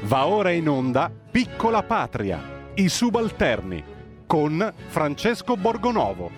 Va ora in onda Piccola Patria, i subalterni, con Francesco Borgonovo.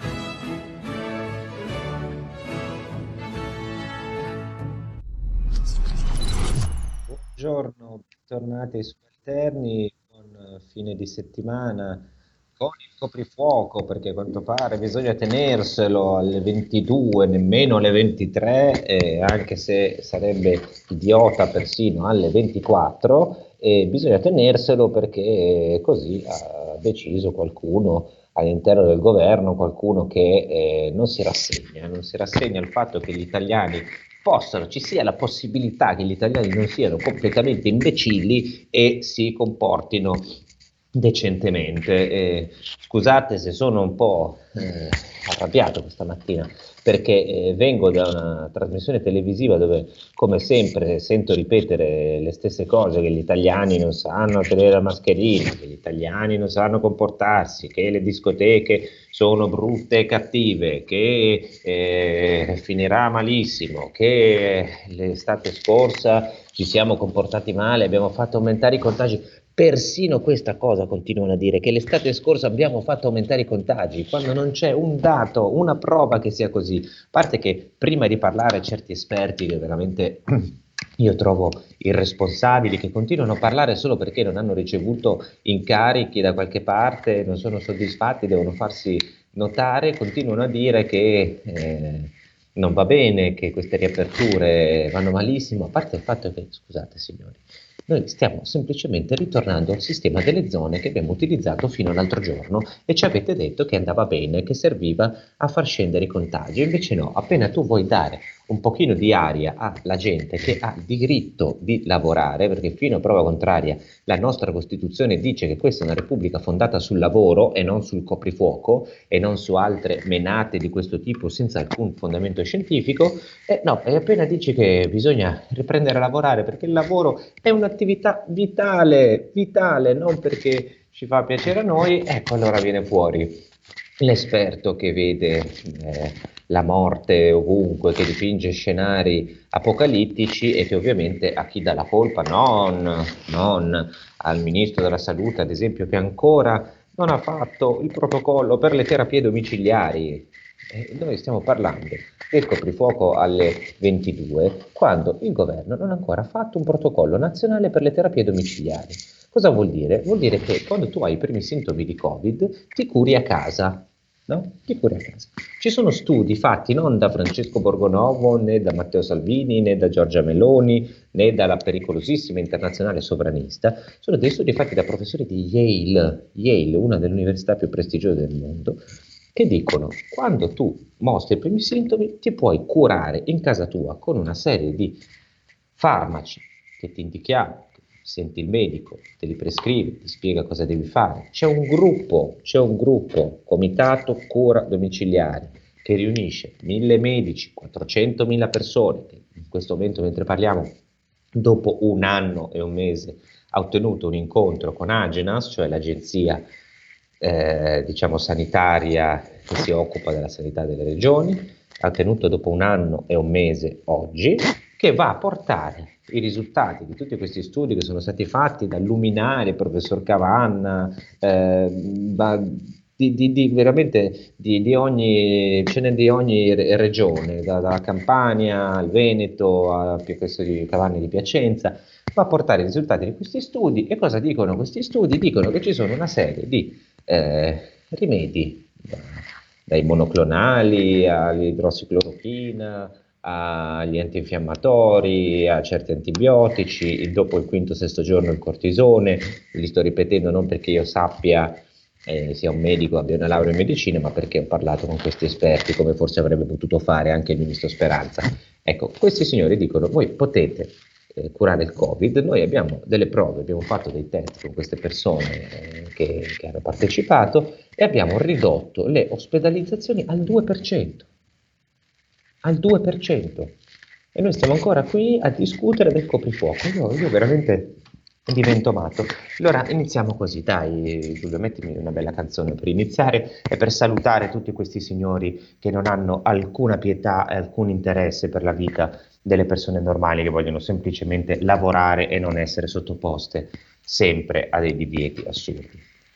Buongiorno, bentornati ai subalterni, buon fine di settimana con il coprifuoco, perché a quanto pare bisogna tenerselo alle 22, nemmeno alle 23, anche se sarebbe idiota persino alle 24, e bisogna tenerselo perché così ha deciso qualcuno all'interno del governo, qualcuno che non si rassegna al fatto che gli italiani ci sia la possibilità che gli italiani non siano completamente imbecilli e si comportino decentemente. Scusate se sono un po' arrabbiato questa mattina, perché vengo da una trasmissione televisiva dove, come sempre, sento ripetere le stesse cose: che gli italiani non sanno tenere la mascherina, che gli italiani non sanno comportarsi, che le discoteche sono brutte e cattive, che finirà malissimo, che l'estate scorsa ci siamo comportati male, abbiamo fatto aumentare i contagi. Persino questa cosa continuano a dire, che l'estate scorsa abbiamo fatto aumentare i contagi, quando non c'è un dato, una prova che sia così. A parte che prima di parlare certi esperti che veramente io trovo irresponsabili, che continuano a parlare solo perché non hanno ricevuto incarichi da qualche parte, non sono soddisfatti, devono farsi notare, continuano a dire che non va bene, che queste riaperture vanno malissimo, a parte il fatto che, scusate signori, noi stiamo semplicemente ritornando al sistema delle zone che abbiamo utilizzato fino all'altro giorno e ci avete detto che andava bene, che serviva a far scendere i contagi. Invece no, appena tu vuoi dare un pochino di aria alla gente che ha diritto di lavorare, perché fino a prova contraria la nostra Costituzione dice che questa è una Repubblica fondata sul lavoro e non sul coprifuoco e non su altre menate di questo tipo senza alcun fondamento scientifico, no, e appena dici che bisogna riprendere a lavorare perché il lavoro è un'attività vitale, vitale, non perché ci fa piacere a noi, ecco allora viene fuori l'esperto che vede la morte ovunque, che dipinge scenari apocalittici e che ovviamente a chi dà la colpa? Non al ministro della salute, ad esempio, che ancora non ha fatto il protocollo per le terapie domiciliari. Noi stiamo parlando del coprifuoco alle 22, quando il governo non ha ancora fatto un protocollo nazionale per le terapie domiciliari. Cosa vuol dire? Vuol dire che quando tu hai i primi sintomi di Covid ti curi a casa, no? Ti curi a casa. Ci sono studi fatti non da Francesco Borgonovo, né da Matteo Salvini, né da Giorgia Meloni, né dalla pericolosissima internazionale sovranista, sono dei studi fatti da professori di Yale, una delle università più prestigiose del mondo, che dicono: quando tu mostri i primi sintomi ti puoi curare in casa tua con una serie di farmaci che ti indichiamo, senti il medico, te li prescrive, ti spiega cosa devi fare. C'è un gruppo, Comitato Cura Domiciliare, che riunisce 1000 medici, 400.000 persone, che in questo momento mentre parliamo, dopo un anno e un mese, ha ottenuto un incontro con Agenas, cioè l'agenzia diciamo sanitaria che si occupa della sanità delle regioni, ha ottenuto dopo un anno e un mese oggi, che va a portare i risultati di tutti questi studi che sono stati fatti da luminari, il professor Cavanna, veramente di ogni, ce n'è di ogni regione, dalla Campania al Veneto, a questo di Cavanni di Piacenza, va a portare i risultati di questi studi. E cosa dicono questi studi? Dicono che ci sono una serie di rimedi, dai monoclonali all'idrossiclorochina, agli antinfiammatori, a certi antibiotici, dopo il quinto o sesto giorno il cortisone. Li sto ripetendo non perché io sappia sia un medico, abbia una laurea in medicina, ma perché ho parlato con questi esperti, come forse avrebbe potuto fare anche il ministro Speranza. Ecco, questi signori dicono: voi potete curare il Covid, noi abbiamo delle prove, abbiamo fatto dei test con queste persone che hanno partecipato e abbiamo ridotto le ospedalizzazioni al 2%, al 2%. E noi stiamo ancora qui a discutere del coprifuoco. Io veramente divento matto. Allora iniziamo così, dai Giulio, mettimi una bella canzone per iniziare e per salutare tutti questi signori che non hanno alcuna pietà e alcun interesse per la vita delle persone normali che vogliono semplicemente lavorare e non essere sottoposte sempre a dei divieti assurdi.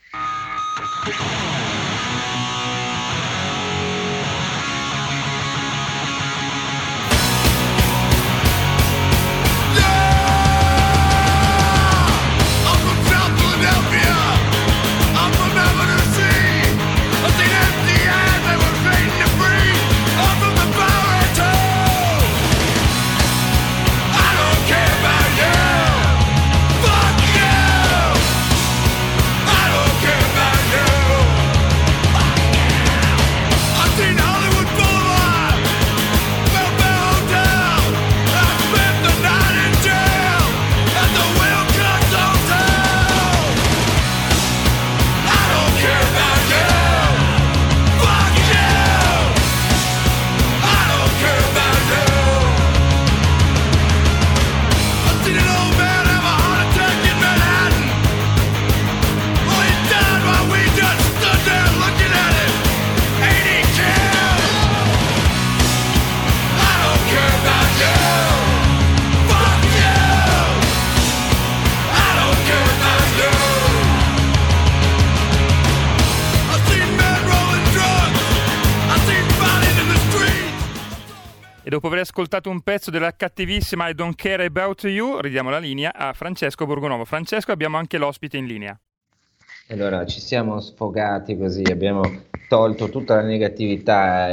E dopo aver ascoltato un pezzo della cattivissima I Don't Care About You, ridiamo la linea a Francesco Borgonovo. Francesco, abbiamo anche l'ospite in linea. Allora, ci siamo sfogati così, abbiamo tolto tutta la negatività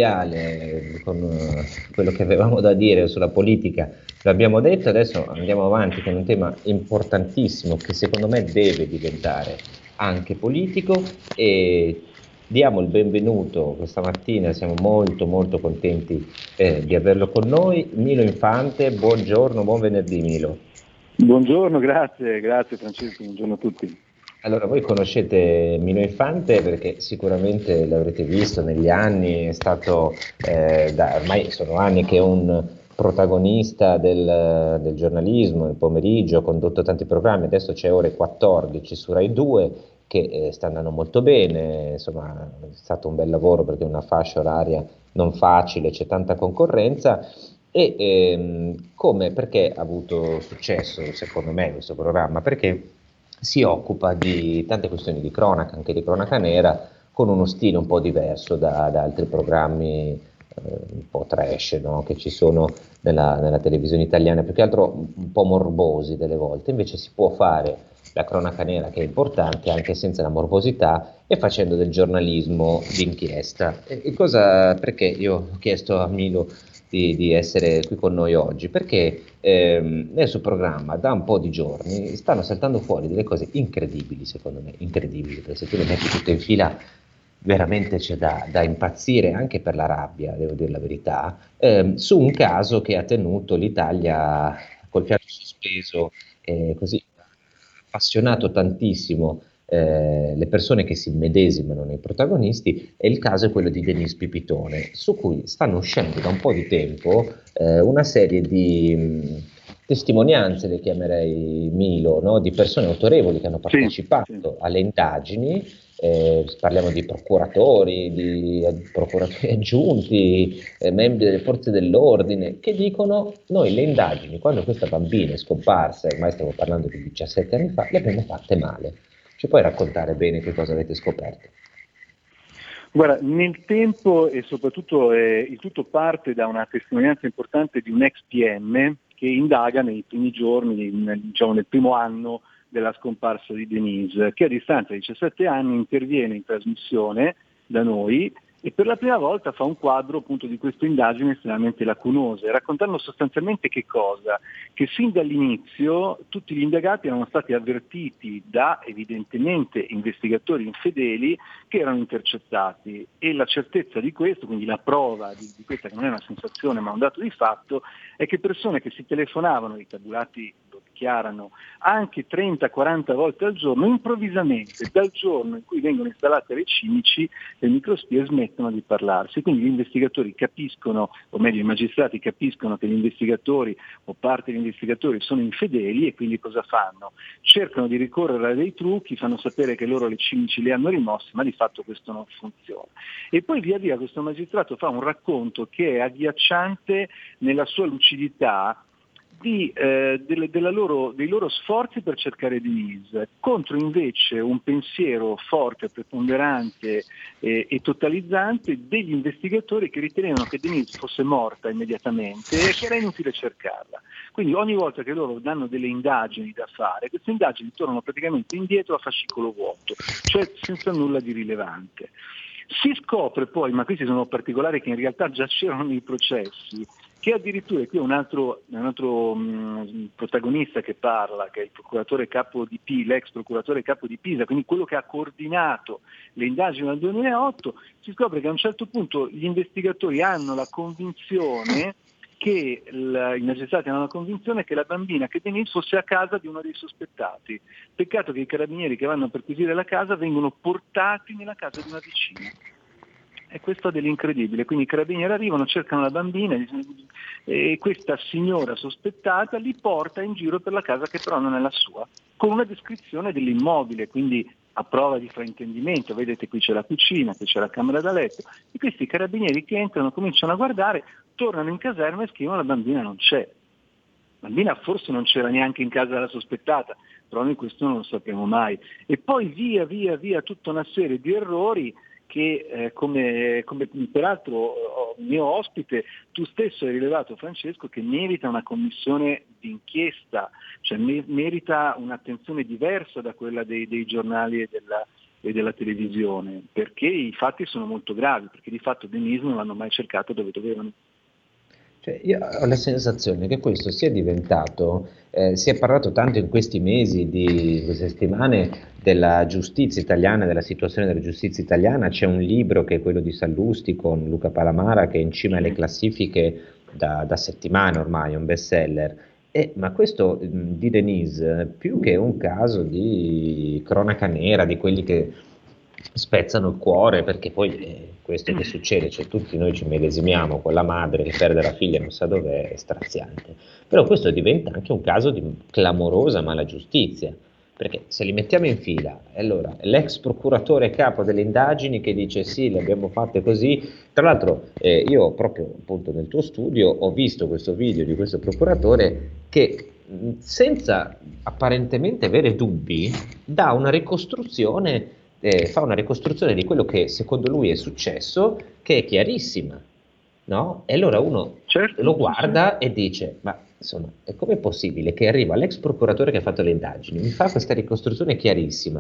iniziale con quello che avevamo da dire sulla politica, l'abbiamo detto, adesso andiamo avanti con un tema importantissimo che secondo me deve diventare anche politico e diamo il benvenuto questa mattina, siamo molto molto contenti di averlo con noi, Milo Infante. Buongiorno, buon venerdì Milo. Buongiorno, grazie Francesco, buongiorno a tutti. Allora, voi conoscete Milo Infante perché sicuramente l'avrete visto negli anni, è stato, ormai sono anni che è un protagonista del giornalismo, nel pomeriggio, ha condotto tanti programmi, adesso c'è Ore 14 su Rai 2 che sta andando molto bene, insomma è stato un bel lavoro perché è una fascia oraria non facile, c'è tanta concorrenza. E perché ha avuto successo secondo me questo programma? Perché si occupa di tante questioni di cronaca, anche di cronaca nera, con uno stile un po' diverso da altri programmi un po' trash, no? Che ci sono nella televisione italiana, più che altro un po' morbosi delle volte, invece si può fare la cronaca nera che è importante anche senza la morbosità e facendo del giornalismo d'inchiesta. Perché io ho chiesto a Milo di essere qui con noi oggi? Perché nel suo programma da un po' di giorni stanno saltando fuori delle cose incredibili, secondo me, incredibili, perché se tu le metti tutte in fila veramente c'è da impazzire anche per la rabbia, devo dire la verità, su un caso che ha tenuto l'Italia col fiato sospeso, così appassionato tantissimo le persone che si immedesimano nei protagonisti, e il caso è quello di Denise Pipitone, su cui stanno uscendo da un po' di tempo una serie di testimonianze, le chiamerei Milo, no? Di persone autorevoli che hanno partecipato alle indagini, parliamo di procuratori aggiunti, membri delle forze dell'ordine, che dicono: noi le indagini, quando questa bambina è scomparsa, ormai stiamo parlando di 17 anni fa, le abbiamo fatte male. Ci puoi raccontare bene che cosa avete scoperto? Guarda, nel tempo e soprattutto il tutto parte da una testimonianza importante di un ex PM che indaga nei primi giorni, nel primo anno della scomparsa di Denise, che a distanza di 17 anni interviene in trasmissione da noi e per la prima volta fa un quadro appunto di questa indagine estremamente lacunosa, raccontando sostanzialmente che cosa? Che sin dall'inizio tutti gli indagati erano stati avvertiti da evidentemente investigatori infedeli che erano intercettati, e la certezza di questo, quindi la prova di questa, che non è una sensazione ma un dato di fatto, è che persone che si telefonavano, i tabulati dichiarano anche 30-40 volte al giorno, improvvisamente dal giorno in cui vengono installate le cimici le microspie smettono di parlarsi, quindi gli investigatori capiscono, o meglio i magistrati capiscono che gli investigatori o parte degli investigatori sono infedeli e quindi cosa fanno? Cercano di ricorrere a dei trucchi, fanno sapere che loro le cimici le hanno rimosse, ma di fatto questo non funziona. E poi via via questo magistrato fa un racconto che è agghiacciante nella sua lucidità dei loro sforzi per cercare Denise, contro invece un pensiero forte, preponderante e totalizzante degli investigatori che ritenevano che Denise fosse morta immediatamente e che era inutile cercarla. Quindi ogni volta che loro danno delle indagini da fare, queste indagini tornano praticamente indietro a fascicolo vuoto, cioè senza nulla di rilevante. Si scopre poi, ma questi sono particolari che in realtà già c'erano nei processi, che addirittura qui è un altro protagonista che parla, che è il procuratore capo di Pisa, l'ex procuratore capo di Pisa, quindi quello che ha coordinato le indagini nel 2008, si scopre che a un certo punto gli investigatori hanno la convinzione che i magistrati hanno la convinzione che la bambina, che Denise, fosse a casa di uno dei sospettati. Peccato che i carabinieri che vanno a perquisire la casa vengono portati nella casa di una vicina. E questo è dell'incredibile, quindi i carabinieri arrivano, cercano la bambina e questa signora sospettata li porta in giro per la casa che però non è la sua, con una descrizione dell'immobile, quindi a prova di fraintendimento, vedete qui c'è la cucina, qui c'è la camera da letto, e questi carabinieri che entrano cominciano a guardare, tornano in caserma e scrivono la bambina non c'è. La bambina forse non c'era neanche in casa della sospettata, però noi questo non lo sapremo mai. E poi via via tutta una serie di errori che come peraltro mio ospite tu stesso hai rilevato, Francesco, che merita una commissione d'inchiesta, cioè merita un'attenzione diversa da quella dei giornali e della televisione, perché i fatti sono molto gravi, perché di fatto Denise non l'hanno mai cercato dove dovevano. Cioè, io ho la sensazione che questo sia diventato, si è parlato tanto in questi mesi, di queste settimane, della giustizia italiana, della situazione della giustizia italiana. C'è un libro che è quello di Sallusti con Luca Palamara che è in cima alle classifiche da settimane ormai, è un bestseller. Ma questo di Denise, più che un caso di cronaca nera, di quelli che spezzano il cuore, perché poi questo che succede, cioè tutti noi ci medesimiamo con la madre che perde la figlia e non sa dov'è, è straziante, però questo diventa anche un caso di clamorosa mala giustizia, perché se li mettiamo in fila, allora l'ex procuratore capo delle indagini che dice sì, le abbiamo fatte così, tra l'altro io proprio appunto nel tuo studio ho visto questo video di questo procuratore che senza apparentemente avere dubbi dà una ricostruzione, fa una ricostruzione di quello che secondo lui è successo, che è chiarissima, no? E allora uno Certo, lo guarda e dice, ma insomma, è come possibile che arriva l'ex procuratore che ha fatto le indagini, mi fa questa ricostruzione chiarissima,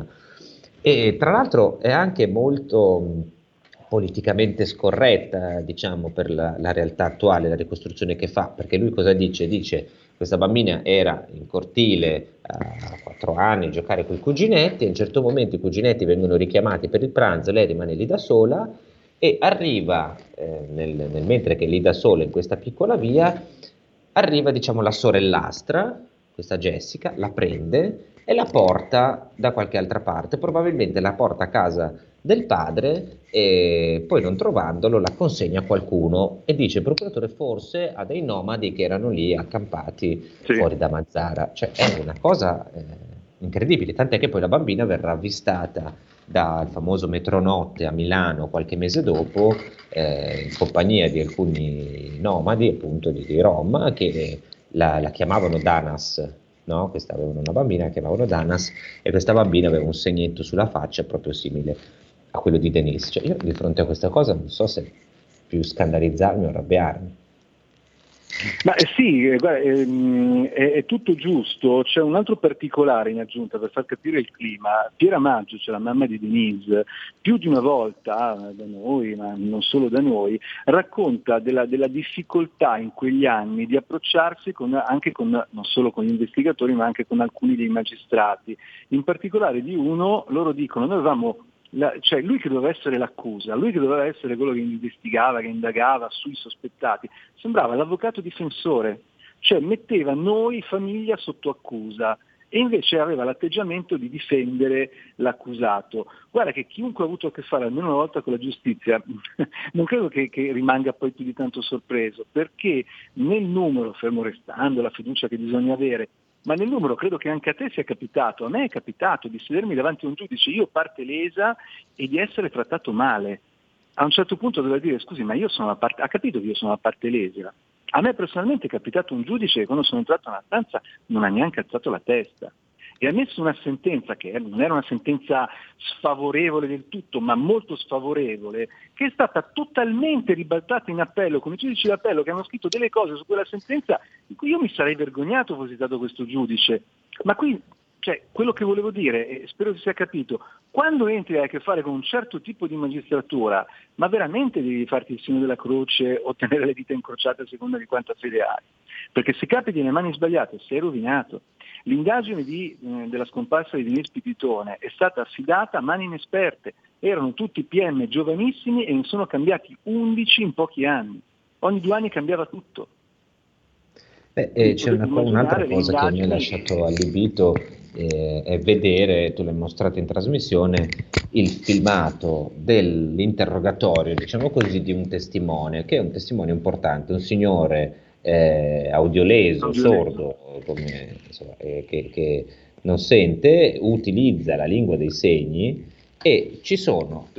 e tra l'altro è anche molto politicamente scorretta, diciamo, per la realtà attuale, la ricostruzione che fa, perché lui cosa dice? Dice, questa bambina era in cortile a 4 anni a giocare con i cuginetti, a un certo momento i cuginetti vengono richiamati per il pranzo, lei rimane lì da sola e arriva, nel mentre che è lì da sola in questa piccola via, arriva diciamo la sorellastra, questa Jessica, la prende e la porta da qualche altra parte, probabilmente la porta a casa del padre e poi non trovandolo la consegna a qualcuno e dice il procuratore forse a dei nomadi che erano lì accampati fuori da Mazara, cioè è una cosa incredibile, tant'è che poi la bambina verrà avvistata dal famoso metronotte a Milano qualche mese dopo in compagnia di alcuni nomadi appunto di Rom che la chiamavano Danas, no? Questa avevano una bambina che chiamavano Danas e questa bambina aveva un segnetto sulla faccia proprio simile a quello di Denise. Cioè, io di fronte a questa cosa non so se più scandalizzarmi o arrabbiarmi. Ma sì, guarda, è tutto giusto. C'è un altro particolare in aggiunta per far capire il clima. Piera Maggio, cioè la mamma di Denise, più di una volta da noi, ma non solo da noi, racconta della difficoltà in quegli anni di approcciarsi anche non solo con gli investigatori, ma anche con alcuni dei magistrati. In particolare di uno, loro dicono, noi avevamo cioè lui che doveva essere l'accusa, lui che doveva essere quello che investigava, che indagava sui sospettati, sembrava l'avvocato difensore, cioè metteva noi famiglia sotto accusa e invece aveva l'atteggiamento di difendere l'accusato. Guarda che chiunque ha avuto a che fare almeno una volta con la giustizia non credo che rimanga poi più di tanto sorpreso, perché nel numero, fermo restando la fiducia che bisogna avere, ma nel numero credo che anche a te sia capitato, a me è capitato di sedermi davanti a un giudice, io parte lesa, e di essere trattato male. A un certo punto doveva dire: scusi, ma io sono la parte, ha capito che io sono la parte lesa? A me personalmente è capitato un giudice che quando sono entrato nella stanza non ha neanche alzato la testa e ha messo una sentenza che non era una sentenza sfavorevole del tutto, ma molto sfavorevole, che è stata totalmente ribaltata in appello, con i giudici d'appello che hanno scritto delle cose su quella sentenza in cui io mi sarei vergognato fossi stato questo giudice. Ma qui, cioè, quello che volevo dire, e spero si sia capito, quando entri e hai a che fare con un certo tipo di magistratura, ma veramente devi farti il segno della croce o tenere le dita incrociate a seconda di quanta fede hai, perché se capiti nelle mani sbagliate sei rovinato. L'indagine della scomparsa di Denise Pititone è stata affidata a mani inesperte, erano tutti PM giovanissimi e ne sono cambiati 11 in pochi anni, ogni 2 anni cambiava tutto. C'è un'altra cosa che mi ha lasciato allibito, è vedere, tu l'hai mostrato in trasmissione, il filmato dell'interrogatorio, diciamo così, di un testimone, che è un testimone importante, un signore audioleso, sordo, insomma, che non sente, utilizza la lingua dei segni, e ci sono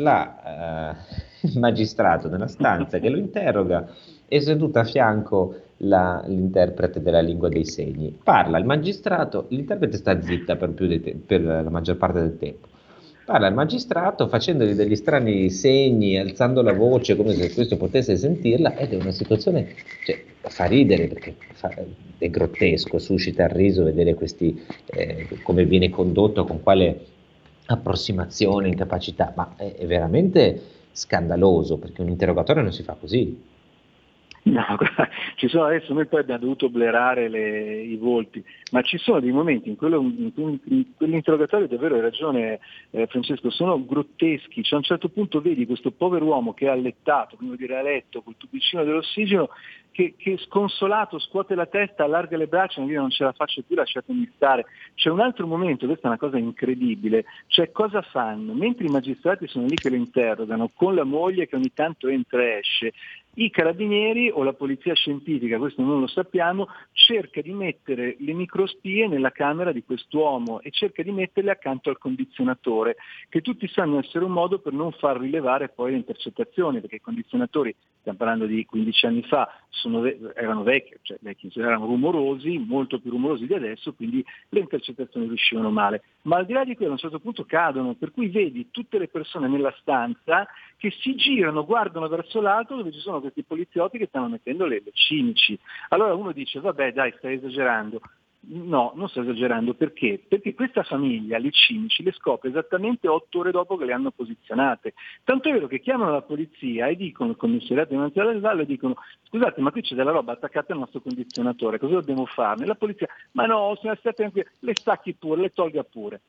il magistrato nella stanza che lo interroga e seduta a fianco l'interprete della lingua dei segni. Parla il magistrato, l'interprete sta zitta per la maggior parte del tempo. Parla il magistrato facendogli degli strani segni, alzando la voce come se questo potesse sentirla, ed è una situazione, cioè, fa ridere perché è grottesco, suscita il riso vedere questi come viene condotto, con quale approssimazione, incapacità, ma è veramente scandaloso, perché un interrogatorio non si fa così. No, ci sono, adesso noi poi abbiamo dovuto blerare i volti, ma ci sono dei momenti in quell'interrogatorio, davvero hai ragione Francesco, sono grotteschi. Cioè, a un certo punto vedi questo povero uomo che è allettato, come dire a letto, col tubicino dell'ossigeno, che sconsolato scuote la testa, allarga le braccia, io non ce la faccio più, lasciatemi stare. C'è un altro momento, questa è una cosa incredibile, cioè cosa fanno? Mentre i magistrati sono lì che lo interrogano, con la moglie che ogni tanto entra e esce, i carabinieri o la polizia scientifica, questo non lo sappiamo, cerca di mettere le microspie nella camera di quest'uomo e cerca di metterle accanto al condizionatore, che tutti sanno essere un modo per non far rilevare poi le intercettazioni, perché i condizionatori, stiamo parlando di 15 anni fa, erano vecchi, erano rumorosi, molto più rumorosi di adesso, quindi le intercettazioni riuscivano male. Ma al di là di quello a un certo punto cadono, per cui vedi tutte le persone nella stanza che si girano, guardano verso l'alto dove ci sono questi poliziotti che stanno mettendo le cimici. Allora uno dice: vabbè dai, stai esagerando. No, non sto esagerando, perché? Perché questa famiglia, le cimici, le scopre esattamente 8 ore dopo che le hanno posizionate. Tanto è vero che chiamano la polizia e dicono, il commissariato di Monte del Valle, dicono: scusate, ma qui c'è della roba attaccata al nostro condizionatore, cosa dobbiamo farne? La polizia: ma no, state tranquilli, le stacchi pure, le tolga pure.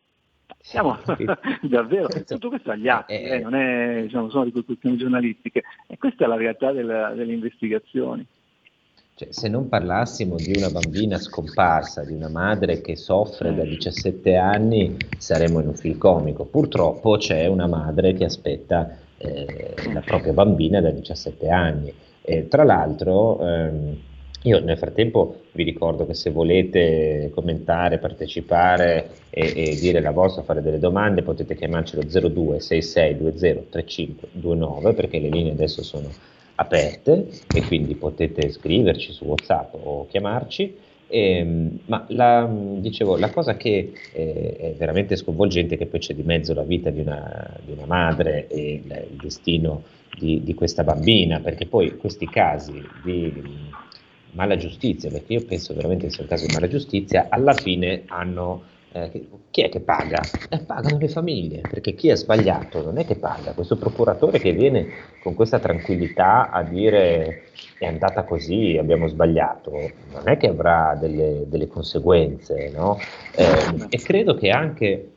Siamo davvero, tutto questo agli atti, non è, diciamo, sono di questioni giornalistiche, e questa è la realtà delle investigazioni. Cioè, se non parlassimo di una bambina scomparsa, di una madre che soffre da 17 anni, saremmo in un film comico. Purtroppo c'è una madre che aspetta la propria bambina da 17 anni. Tra l'altro, io nel frattempo vi ricordo che se volete commentare, partecipare e dire la vostra, fare delle domande, potete chiamarci allo 02 66 20 35 29, perché le linee adesso sono aperte e quindi potete scriverci su WhatsApp o chiamarci. Ma la cosa che è veramente sconvolgente è che poi c'è di mezzo la vita di una madre e il destino di questa bambina, perché poi questi casi di mala giustizia, perché io penso veramente che sia un caso di mala giustizia, alla fine hanno chi è che paga? Pagano le famiglie, perché chi ha sbagliato non è che paga. Questo procuratore che viene con questa tranquillità a dire è andata così, abbiamo sbagliato, non è che avrà delle conseguenze, no? E credo che anche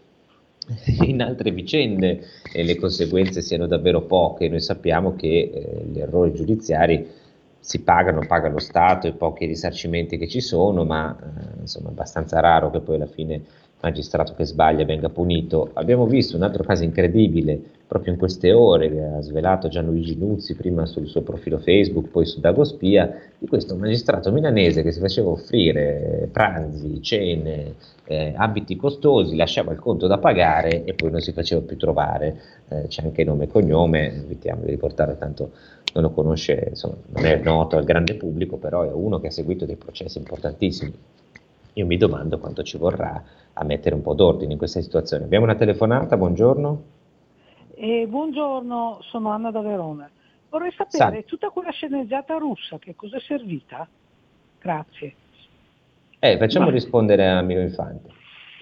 in altre vicende le conseguenze siano davvero poche. Noi sappiamo che gli errori giudiziari paga lo Stato e pochi risarcimenti che ci sono, ma insomma è abbastanza raro che poi alla fine il magistrato che sbaglia venga punito. Abbiamo visto un altro caso incredibile proprio in queste ore che ha svelato Gianluigi Nuzzi, prima sul suo profilo Facebook, poi su Dagospia, di questo magistrato milanese che si faceva offrire pranzi, cene, abiti costosi, lasciava il conto da pagare e poi non si faceva più trovare. C'è anche nome e cognome, evitiamo di riportare, tanto non lo conosce, insomma, non è noto al grande pubblico, però è uno che ha seguito dei processi importantissimi. Io mi domando quanto ci vorrà a mettere un po' d'ordine in questa situazione. Abbiamo una telefonata, buongiorno. Buongiorno, sono Anna da Verona. Vorrei sapere, tutta quella sceneggiata russa, che cosa è servita? Grazie. Facciamo rispondere a Milo Infante.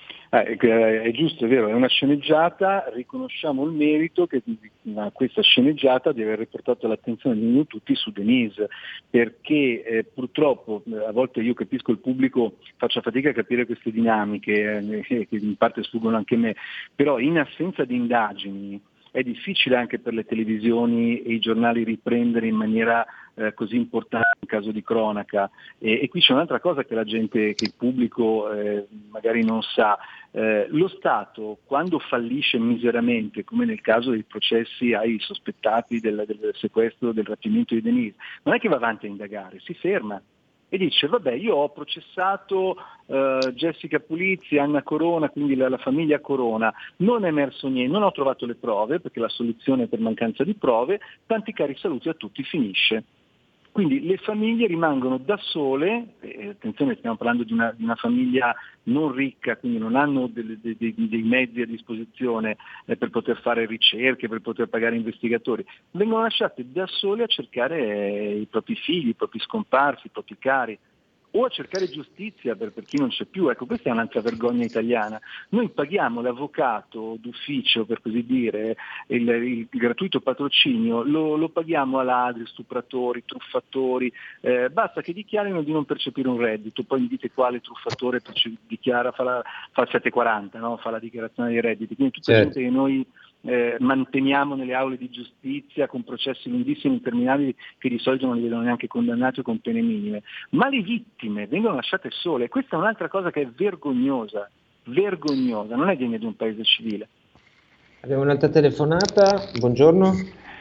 È giusto, è vero, è una sceneggiata, riconosciamo il merito che questa sceneggiata di aver riportato l'attenzione di noi tutti su Denise, perché purtroppo a volte io capisco il pubblico, faccio fatica a capire queste dinamiche che in parte sfuggono anche a me, però in assenza di indagini è difficile anche per le televisioni e i giornali riprendere in maniera così importante in caso di cronaca. E qui c'è un'altra cosa che la gente, che il pubblico magari non sa. Lo Stato, quando fallisce miseramente, come nel caso dei processi ai sospettati del sequestro, del rapimento di Denise, non è che va avanti a indagare, si ferma e dice vabbè, io ho processato Jessica Pulizzi, Anna Corona, quindi la famiglia Corona, non è emerso niente, non ho trovato le prove perché la soluzione è per mancanza di prove, tanti cari saluti a tutti, finisce. Quindi le famiglie rimangono da sole, attenzione, stiamo parlando di una famiglia non ricca, quindi non hanno dei mezzi a disposizione per poter fare ricerche, per poter pagare investigatori, vengono lasciate da sole a cercare i propri figli, i propri scomparsi, i propri cari, o a cercare giustizia per chi non c'è più. Ecco, questa è un'altra vergogna italiana. Noi paghiamo l'avvocato d'ufficio, per così dire, il gratuito patrocinio, lo paghiamo a ladri, stupratori, truffatori, basta che dichiarino di non percepire un reddito, poi mi dite quale truffatore dichiara, fa il 740, no? Fa la dichiarazione dei redditi, quindi tutta gente che noi manteniamo nelle aule di giustizia con processi lunghissimi, interminabili, che di solito non li vedono neanche condannati o con pene minime, ma le vittime vengono lasciate sole, e questa è un'altra cosa che è vergognosa, non è degna di un paese civile. Abbiamo un'altra telefonata, buongiorno.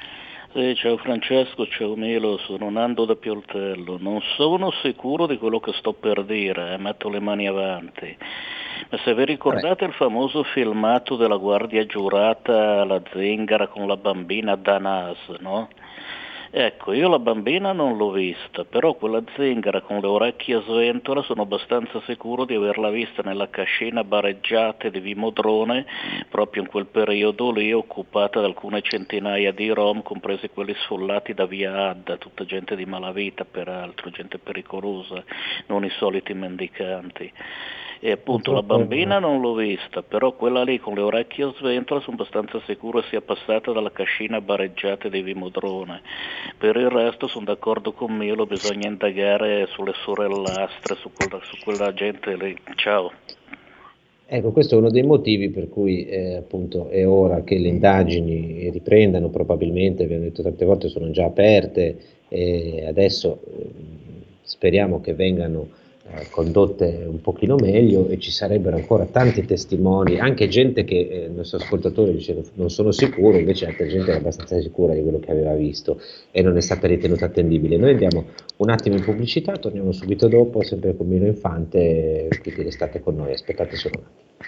Ciao Francesco, ciao Melo, sono Nando da Pioltello. Non sono sicuro di quello che sto per dire, metto le mani avanti. Ma se vi ricordate il famoso filmato della guardia giurata alla zingara con la bambina Danas, no? Ecco, io la bambina non l'ho vista, però quella zingara con le orecchie a sventola sono abbastanza sicuro di averla vista nella cascina Bareggiate di Vimodrone, proprio in quel periodo lì, occupata da alcune centinaia di rom, compresi quelli sfollati da via Adda, tutta gente di malavita peraltro, gente pericolosa, non i soliti mendicanti. E appunto la bambina non l'ho vista, però quella lì con le orecchie a sventola sono abbastanza sicuro sia passata dalla cascina Bareggiate di Vimodrone. Per il resto sono d'accordo con Milo, bisogna indagare sulle sorellastre, su quella gente lì. Ciao. Ecco, questo è uno dei motivi per cui appunto è ora che le indagini riprendano, probabilmente, abbiamo detto tante volte, sono già aperte e adesso speriamo che vengano condotte un pochino meglio, e ci sarebbero ancora tanti testimoni, anche gente che il nostro ascoltatore dice non sono sicuro, invece altra gente è abbastanza sicura di quello che aveva visto e non è stata ritenuta attendibile. Noi andiamo un attimo in pubblicità, torniamo subito dopo, sempre con Milo Infante, quindi restate con noi, aspettate solo un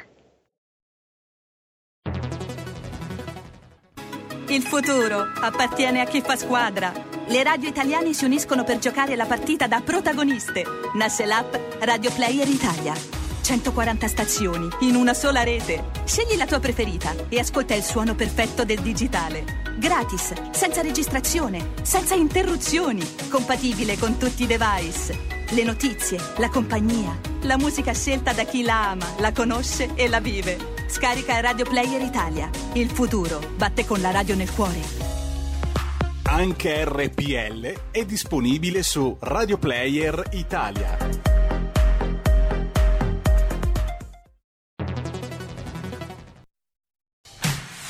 attimo. Il futuro appartiene a chi fa squadra. Le radio italiane si uniscono per giocare la partita da protagoniste. Nasce l'app Radio Player Italia. 140 stazioni in una sola rete. Scegli la tua preferita e ascolta il suono perfetto del digitale. Gratis, senza registrazione, senza interruzioni. Compatibile con tutti i device. Le notizie, la compagnia, la musica scelta da chi la ama, la conosce e la vive. Scarica Radio Player Italia. Il futuro batte con la radio nel cuore. Anche RPL è disponibile su Radio Player Italia.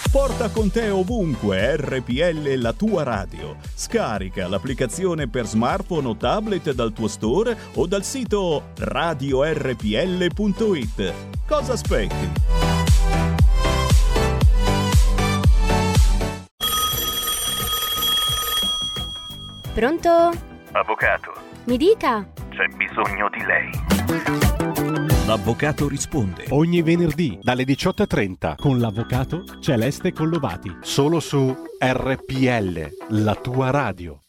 Porta con te ovunque RPL, la tua radio. Scarica l'applicazione per smartphone o tablet dal tuo store o dal sito radiorpl.it. Cosa aspetti? Pronto? Avvocato. Mi dica. C'è bisogno di lei. L'avvocato risponde ogni venerdì dalle 18:30 con l'avvocato Celeste Collovati, solo su RPL, la tua radio.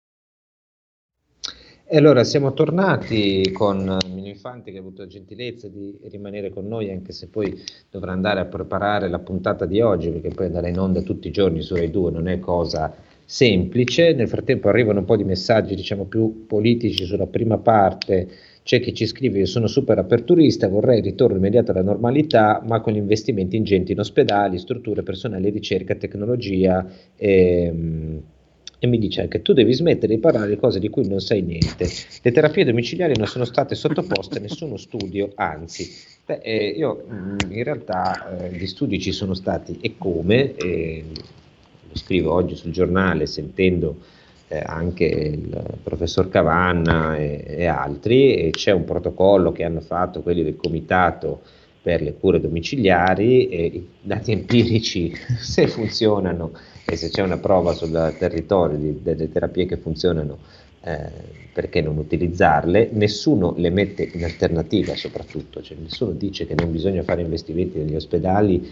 E allora siamo tornati con Mino Infante, che ha avuto la gentilezza di rimanere con noi, anche se poi dovrà andare a preparare la puntata di oggi, perché poi andare in onda tutti i giorni su Rai 2 non è cosa semplice. Nel frattempo arrivano un po' di messaggi, diciamo, più politici sulla prima parte. C'è chi ci scrive: io sono super aperturista, vorrei il ritorno immediato alla normalità, ma con investimenti ingenti in ospedali, strutture, personale, ricerca, tecnologia, e mi dice anche: tu devi smettere di parlare di cose di cui non sai niente. Le terapie domiciliari non sono state sottoposte a nessuno studio, anzi. Io in realtà gli studi ci sono stati, e come, lo scrivo oggi sul giornale sentendo anche il professor Cavanna e altri, e c'è un protocollo che hanno fatto quelli del Comitato per le cure domiciliari, e i dati empirici, se funzionano e se c'è una prova sul territorio delle terapie che funzionano, perché non utilizzarle? Nessuno le mette in alternativa, soprattutto, cioè nessuno dice che non bisogna fare investimenti negli ospedali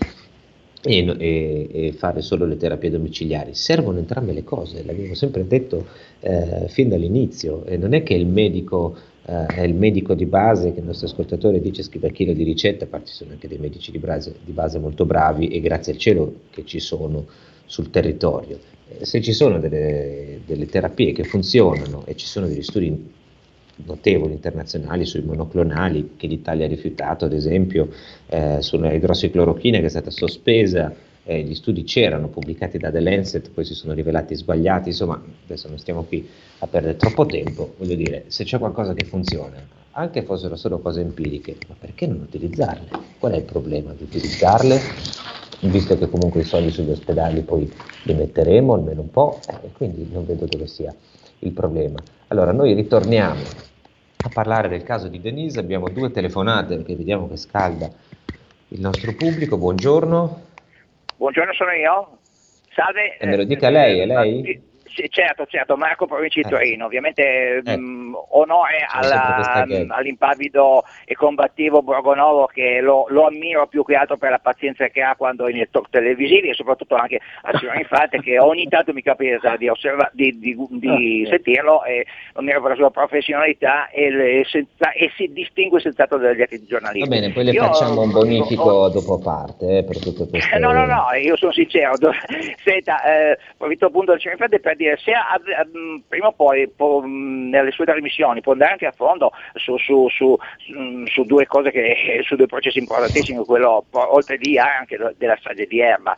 e fare solo le terapie domiciliari. Servono entrambe le cose, l'abbiamo sempre detto fin dall'inizio, e non è che il medico è il medico di base, che il nostro ascoltatore dice scrive a chilo di ricetta, a parte ci sono anche dei medici di base molto bravi, e grazie al cielo che ci sono sul territorio. Se ci sono delle terapie che funzionano e ci sono degli studi notevoli internazionali sui monoclonali che l'Italia ha rifiutato, ad esempio sulla idrossiclorochina, che è stata sospesa, gli studi c'erano, pubblicati da The Lancet, poi si sono rivelati sbagliati. Insomma, adesso non stiamo qui a perdere troppo tempo. Voglio dire, se c'è qualcosa che funziona, anche fossero solo cose empiriche, ma perché non utilizzarle? Qual è il problema di utilizzarle? Visto che comunque i soldi sugli ospedali poi li metteremo almeno un po', e quindi non vedo dove sia il problema. Allora, noi ritorniamo a parlare del caso di Denise. Abbiamo 2 telefonate, perché vediamo che scalda il nostro pubblico. Buongiorno. Buongiorno, sono io. Salve. Me lo dica lei, è lei? Sì, certo, Marco, provincia di Torino. Ovviamente onore all'impavido e combattivo Borgonovo, che lo ammiro più che altro per la pazienza che ha quando è nei talk televisivi, e soprattutto anche al signor Infante, che ogni tanto mi capita di sentirlo, e lo ammiro per la sua professionalità e si distingue senz'altro dagli altri giornalisti. Va bene, poi le facciamo un bonifico dopo parte per tutte queste... No, io sono sincero. Senta, approfitto appunto del signor Infante per dire, se prima o poi nelle sue trasmissioni può andare anche a fondo su 2 cose, su 2 processi importantissimi, quello oltre di anche della strage di Erba,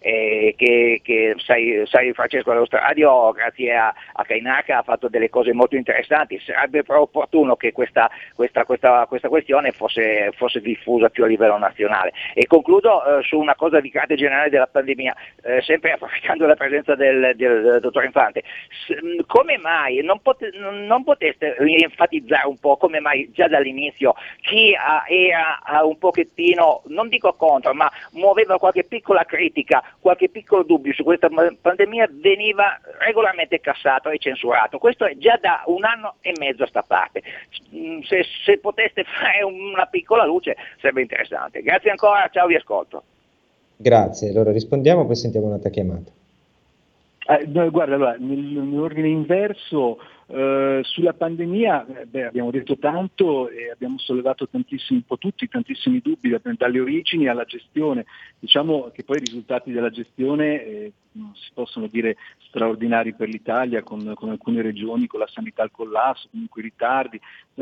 che sai Francesco, la nostra radio, grazie a Kainaka, ha fatto delle cose molto interessanti. Sarebbe però opportuno che questa questione fosse diffusa più a livello nazionale. E concludo su una cosa di carattere generale della pandemia, sempre approfittando della presenza del dottor Infante. Come mai non poteste enfatizzare un po' come mai già dall'inizio chi era un pochettino, non dico contro, ma muoveva qualche piccola critica, qualche piccolo dubbio su questa pandemia, veniva regolarmente cassato e censurato? Questo è già da 1 anno e mezzo a sta parte. Se poteste fare una piccola luce sarebbe interessante. Grazie ancora, ciao, vi ascolto. Grazie, allora rispondiamo, poi sentiamo un'altra chiamata. Guarda, allora, nell'ordine inverso, sulla pandemia abbiamo detto tanto e abbiamo sollevato tantissimi dubbi, dalle origini alla gestione. Diciamo che poi i risultati della gestione non si possono dire straordinari per l'Italia, con alcune regioni con la sanità al collasso, comunque i ritardi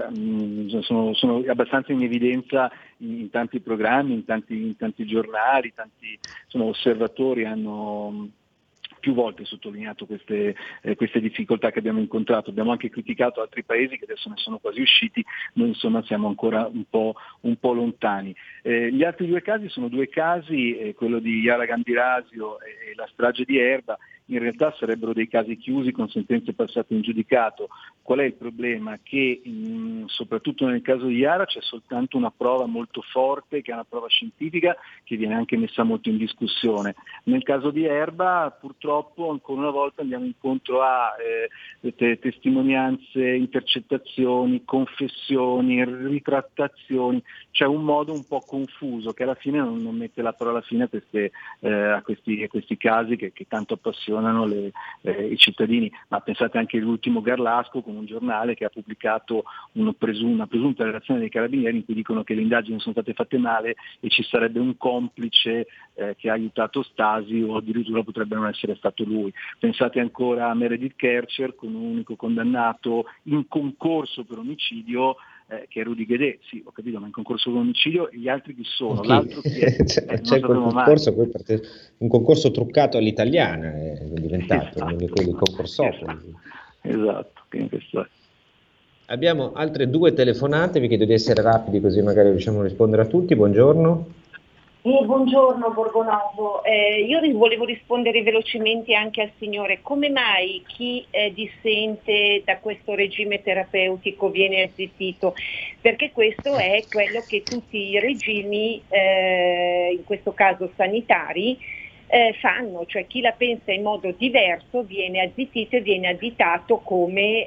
sono abbastanza in evidenza in tanti programmi, in tanti giornali, tanti osservatori hanno più volte sottolineato queste difficoltà che abbiamo incontrato, abbiamo anche criticato altri paesi che adesso ne sono quasi usciti, noi insomma siamo ancora un po' lontani. Gli altri due casi sono due casi, quello di Yara Gambirasio e la strage di Erba, in realtà sarebbero dei casi chiusi con sentenze passate in giudicato. Qual è il problema? Che soprattutto nel caso di Yara c'è soltanto una prova molto forte, che è una prova scientifica, che viene anche messa molto in discussione. Nel caso di Erba purtroppo ancora una volta andiamo incontro a testimonianze, intercettazioni, confessioni, ritrattazioni. C'è un modo un po' confuso che alla fine non mette la parola fine a questi casi che tanto appassionano i cittadini. Ma pensate anche all'ultimo Garlasco, con un giornale che ha pubblicato una presunta relazione dei carabinieri in cui dicono che le indagini sono state fatte male e ci sarebbe un complice che ha aiutato Stasi, o addirittura potrebbe non essere stato lui. Pensate ancora a Meredith Kercher, con un unico condannato in concorso per omicidio, che è Rudy Guedet. Sì, ho capito, ma in concorso per omicidio, e gli altri chi sono? Okay. L'altro chi è? C'è quel concorso, un concorso truccato all'italiana è diventato, esatto. Uno di quelli concorsopoli. Esatto. Abbiamo altre due telefonate, vi chiedo di essere rapidi così magari riusciamo a rispondere a tutti. Buongiorno. Buongiorno Borgonovo, io volevo rispondere velocemente anche al signore: come mai chi dissente da questo regime terapeutico viene azzittito? Perché questo è quello che tutti i regimi, in questo caso sanitari, fanno, cioè chi la pensa in modo diverso viene azzittito e viene additato come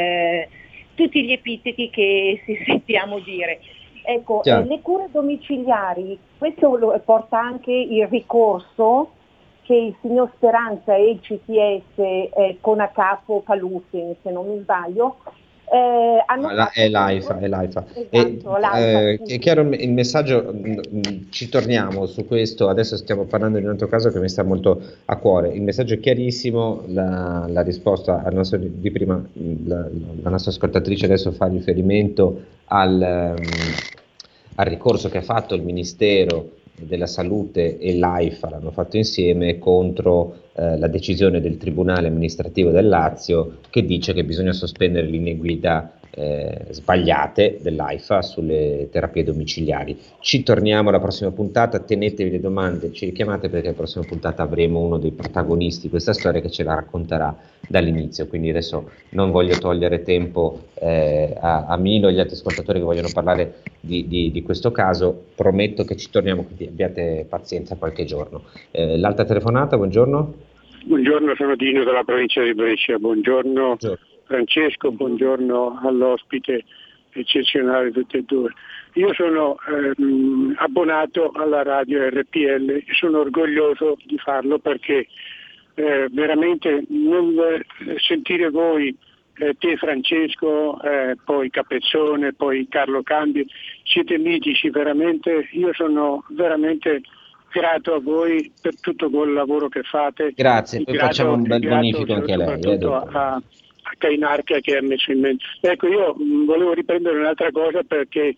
tutti gli epiteti che si sentiamo dire. Ecco, le cure domiciliari, questo porta anche il ricorso che il signor Speranza e il CTS con a capo Palusin, se non mi sbaglio, hanno è l'AIFA. Esatto, è chiaro il messaggio, ci torniamo su questo, adesso stiamo parlando di un altro caso che mi sta molto a cuore. Il messaggio è chiarissimo, la risposta al nostro di prima, la nostra ascoltatrice adesso fa riferimento al ricorso che ha fatto il Ministero della Salute e l'AIFA, l'hanno fatto insieme contro la decisione del Tribunale Amministrativo del Lazio, che dice che bisogna sospendere le linee guida sbagliate dell'AIFA sulle terapie domiciliari. Ci torniamo alla prossima puntata, tenetevi le domande, ci richiamate, perché alla prossima puntata avremo uno dei protagonisti di questa storia che ce la racconterà dall'inizio, quindi adesso non voglio togliere tempo a Milo e agli altri ascoltatori che vogliono parlare di questo caso. Prometto che ci torniamo, quindi abbiate pazienza qualche giorno. L'altra telefonata, buongiorno. Buongiorno, sono Dino dalla provincia di Brescia. Buongiorno. Francesco, buongiorno all'ospite eccezionale tutti e due. Io sono abbonato alla radio RPL e sono orgoglioso di farlo, perché veramente sentire voi, te Francesco, poi Capezzone, poi Carlo Cambi, siete mitici veramente. Io sono veramente grato a voi per tutto quel lavoro che fate. Grazie, poi facciamo un bel bonifico anche a lei. Soprattutto a Cainarca che ha messo in mente. Ecco, io volevo riprendere un'altra cosa, perché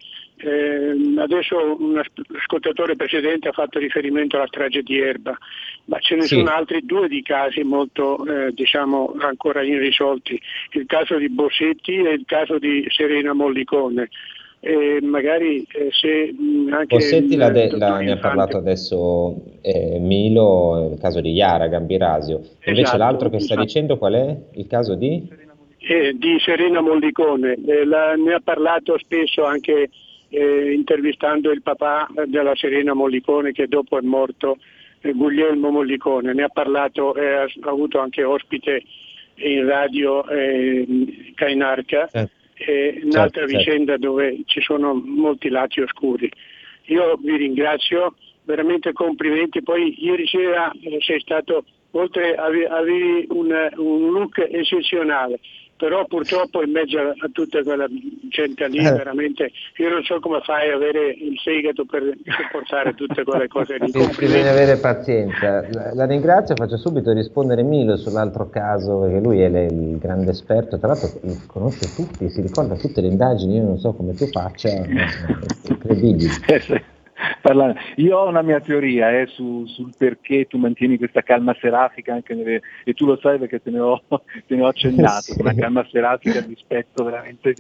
adesso un ascoltatore precedente ha fatto riferimento alla strage di Erba, ma ce ne sono altri due di casi molto ancora irrisolti, il caso di Bossetti e il caso di Serena Mollicone. Magari se anche Bossetti ne ha parlato adesso Milo, il caso di Yara Gambirasio. Invece l'altro che sta dicendo qual è? Il caso di Serena Mollicone. Ne ha parlato spesso anche intervistando il papà della Serena Mollicone, che dopo è morto, Guglielmo Mollicone. Ne ha parlato, ha avuto anche ospite in radio Cainarca. Un'altra vicenda dove ci sono molti lati oscuri. Io vi ringrazio, veramente complimenti. Poi ieri sera sei stato, oltre avevi un look eccezionale, però purtroppo in mezzo a tutta quella gente lì veramente io non so come fai ad avere il fegato per sopportare tutte quelle cose lì. Bisogna avere pazienza. La ringrazio, faccio subito rispondere Milo sull'altro caso, perché lui è il grande esperto, tra l'altro conosce tutti, si ricorda tutte le indagini, io non so come tu faccia, è incredibile. Io ho una mia teoria sul perché tu mantieni questa calma serafica anche e tu lo sai perché te ne ho accennato, una calma serafica a dispetto veramente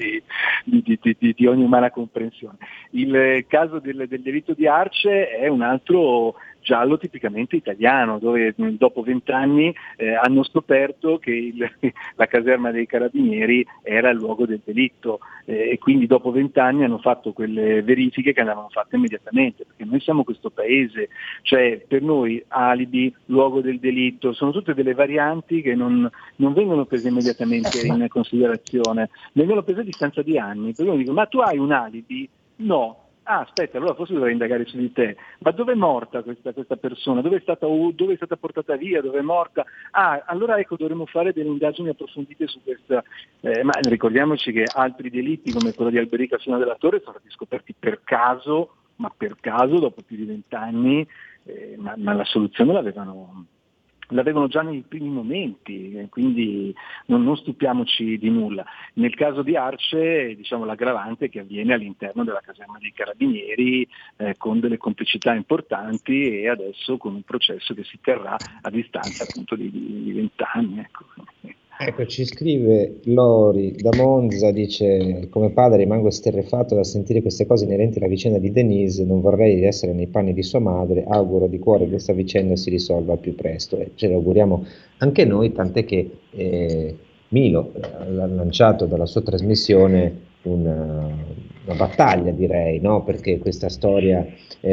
di ogni umana comprensione. Il caso del delitto di Arce è un altro giallo tipicamente italiano, dove dopo 20 anni hanno scoperto che la caserma dei Carabinieri era il luogo del delitto e quindi dopo 20 anni hanno fatto quelle verifiche che andavano fatte immediatamente, perché noi siamo questo paese, cioè per noi alibi, luogo del delitto, sono tutte delle varianti che non vengono prese immediatamente in considerazione, vengono prese a distanza di anni, perché uno dice ma tu hai un alibi? No. Ah, aspetta, allora forse dovrei indagare su di te. Ma dove è morta questa persona? Dove è stata portata via? Dove è morta? Ah, allora ecco, dovremmo fare delle indagini approfondite su questa. Ma ricordiamoci che altri delitti come quello di Alberica Sona della Torre sono stati scoperti per caso, dopo più di 20 anni, ma la soluzione l'avevano già nei primi momenti, quindi non stupiamoci di nulla. Nel caso di Arce, diciamo, l'aggravante che avviene all'interno della caserma dei Carabinieri con delle complicità importanti e adesso con un processo che si terrà a distanza appunto di 20 anni. Ecco, ci scrive Lori da Monza, dice: come padre rimango esterrefatto dal sentire queste cose inerenti alla vicenda di Denise, non vorrei essere nei panni di sua madre, auguro di cuore che questa vicenda si risolva al più presto e ce lo auguriamo anche noi, tant'è che Milo ha lanciato dalla sua trasmissione una battaglia, direi, no? Perché questa storia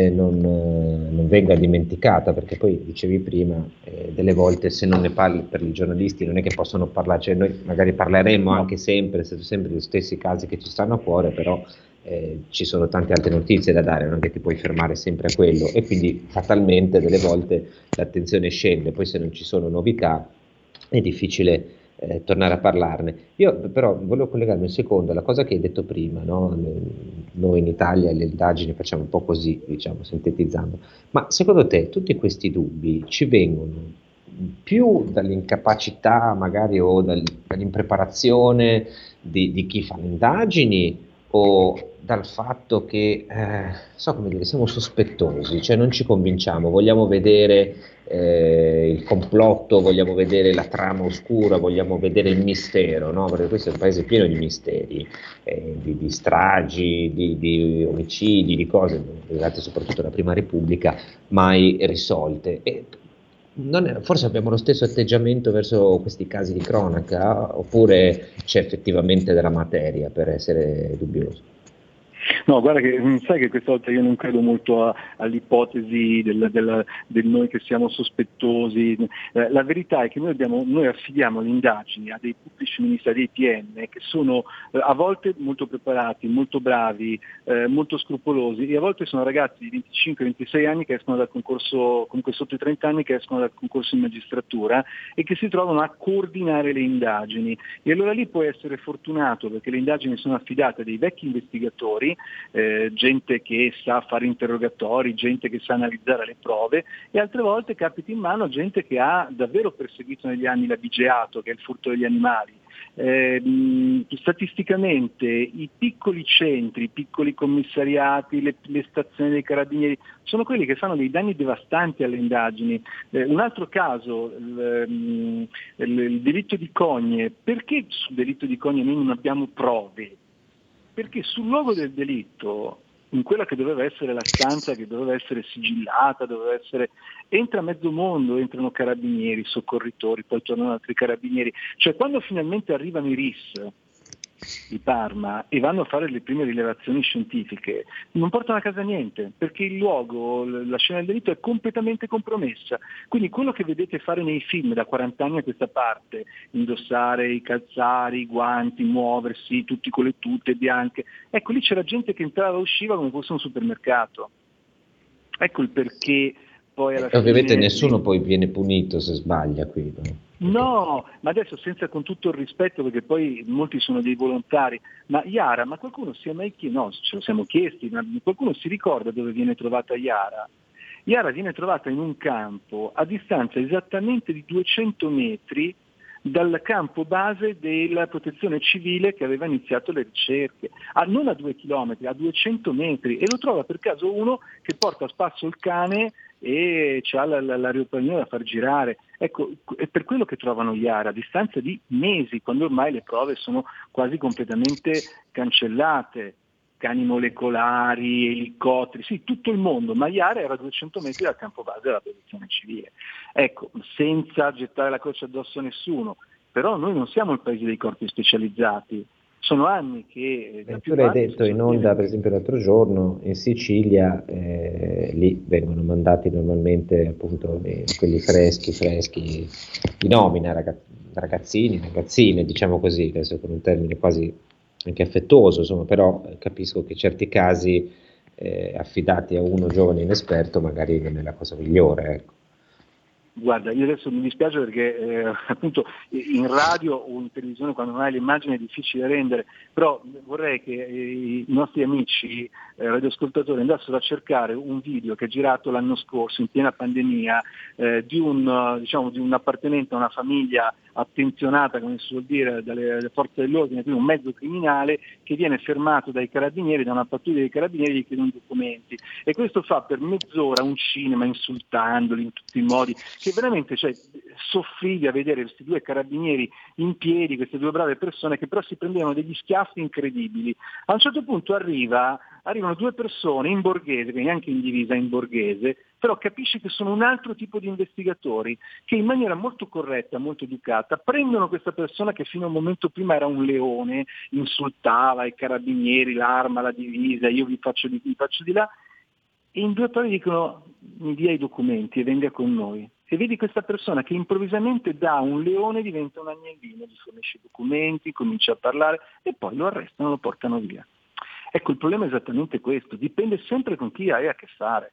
non venga dimenticata, perché poi dicevi prima, delle volte se non ne parli per i giornalisti non è che possono parlare, cioè noi magari parleremo anche sempre degli stessi casi che ci stanno a cuore, però ci sono tante altre notizie da dare, non è che ti puoi fermare sempre a quello e quindi fatalmente delle volte l'attenzione scende, poi se non ci sono novità è difficile tornare a parlarne. Io però volevo collegarmi un secondo alla cosa che hai detto prima, no? Noi in Italia le indagini facciamo un po' così, diciamo, sintetizzando, ma secondo te tutti questi dubbi ci vengono più dall'incapacità magari o dall'impreparazione di chi fa le indagini o dal fatto che siamo sospettosi, cioè non ci convinciamo, vogliamo vedere il complotto, vogliamo vedere la trama oscura, vogliamo vedere il mistero, no? Perché questo è un paese pieno di misteri, di stragi, di omicidi, di cose legate soprattutto alla Prima Repubblica mai risolte. E forse abbiamo lo stesso atteggiamento verso questi casi di cronaca, oppure c'è effettivamente della materia per essere dubbioso? No, guarda che sai che questa volta io non credo molto all'ipotesi del noi che siamo sospettosi. La verità è che noi affidiamo le indagini a dei pubblici ministeri, dei PM, che sono a volte molto preparati, molto bravi, molto scrupolosi, e a volte sono ragazzi di 25-26 anni che escono dal concorso, comunque sotto i 30 anni, che escono dal concorso in magistratura e che si trovano a coordinare le indagini. E allora lì puoi essere fortunato perché le indagini sono affidate a dei vecchi investigatori, gente che sa fare interrogatori, gente che sa analizzare le prove, e altre volte capita in mano gente che ha davvero perseguito negli anni l'abigeato, che è il furto degli animali. Statisticamente i piccoli centri, i piccoli commissariati, le stazioni dei carabinieri sono quelli che fanno dei danni devastanti alle indagini. Un altro caso, il delitto di Cogne. Perché sul delitto di Cogne noi non abbiamo prove? Perché sul luogo del delitto, in quella che doveva essere la stanza, che doveva essere sigillata, entra mezzo mondo, entrano carabinieri, soccorritori, poi tornano altri carabinieri. Cioè quando finalmente arrivano i RIS di Parma e vanno a fare le prime rilevazioni scientifiche, non portano a casa niente, perché il luogo, la scena del delitto è completamente compromessa. Quindi quello che vedete fare nei film da 40 anni a questa parte, indossare i calzari, i guanti, muoversi, tutti con le tute bianche, ecco lì c'era gente che entrava e usciva come fosse un supermercato. Ecco il perché poi alla fine... Ovviamente nessuno poi viene punito se sbaglia qui, no? No, ma adesso con tutto il rispetto, perché poi molti sono dei volontari, ma Yara, ma qualcuno si è mai chiesto? No, ce lo siamo chiesti, ma qualcuno si ricorda dove viene trovata Yara? Yara viene trovata in un campo a distanza esattamente di 200 metri dal campo base della protezione civile che aveva iniziato le ricerche, non a 2 chilometri, a 200 metri, e lo trova per caso uno che porta a spasso il cane e c'ha l'aeroplanino da far girare. Ecco, è per quello che trovano Yara a distanza di mesi, quando ormai le prove sono quasi completamente cancellate. Cani molecolari, elicotteri, sì, tutto il mondo, ma Yara era a 200 metri dal campo base della protezione civile. Ecco, senza gettare la croce addosso a nessuno, però noi non siamo il paese dei corpi specializzati. Sono anni che... Tu l'hai detto in onda, per esempio l'altro giorno, in Sicilia, lì vengono mandati normalmente appunto quelli freschi, di nomina, ragazzine, diciamo così, adesso con un termine quasi anche affettuoso, insomma, però capisco che certi casi affidati a uno giovane inesperto magari non è la cosa migliore, ecco. Guarda, io adesso mi dispiace perché appunto in radio o in televisione quando non hai l'immagine è difficile da rendere, però vorrei che i nostri amici radioascoltatori andassero a cercare un video che è girato l'anno scorso in piena pandemia di un appartenente a una famiglia attenzionata, come si suol dire, dalle forze dell'ordine, quindi un mezzo criminale che viene fermato dai carabinieri, da una pattuglia dei carabinieri, gli chiedono documenti, e questo fa per mezz'ora un cinema insultandoli in tutti i modi, che veramente, cioè, soffrivi a vedere questi 2 carabinieri in piedi, queste 2 brave persone che però si prendevano degli schiaffi incredibili. A un certo punto arrivano 2 persone in borghese, quindi anche in divisa in borghese, però capisci che sono un altro tipo di investigatori che in maniera molto corretta, molto educata, prendono questa persona che fino a un momento prima era un leone, insultava i carabinieri, l'arma, la divisa, io vi faccio di là, e in 2 parole dicono: mi dia i documenti e venga con noi. E vedi questa persona che improvvisamente da un leone diventa un agnellino, gli fornisce i documenti, comincia a parlare e poi lo arrestano, lo portano via. Ecco, il problema è esattamente questo, dipende sempre con chi hai a che fare.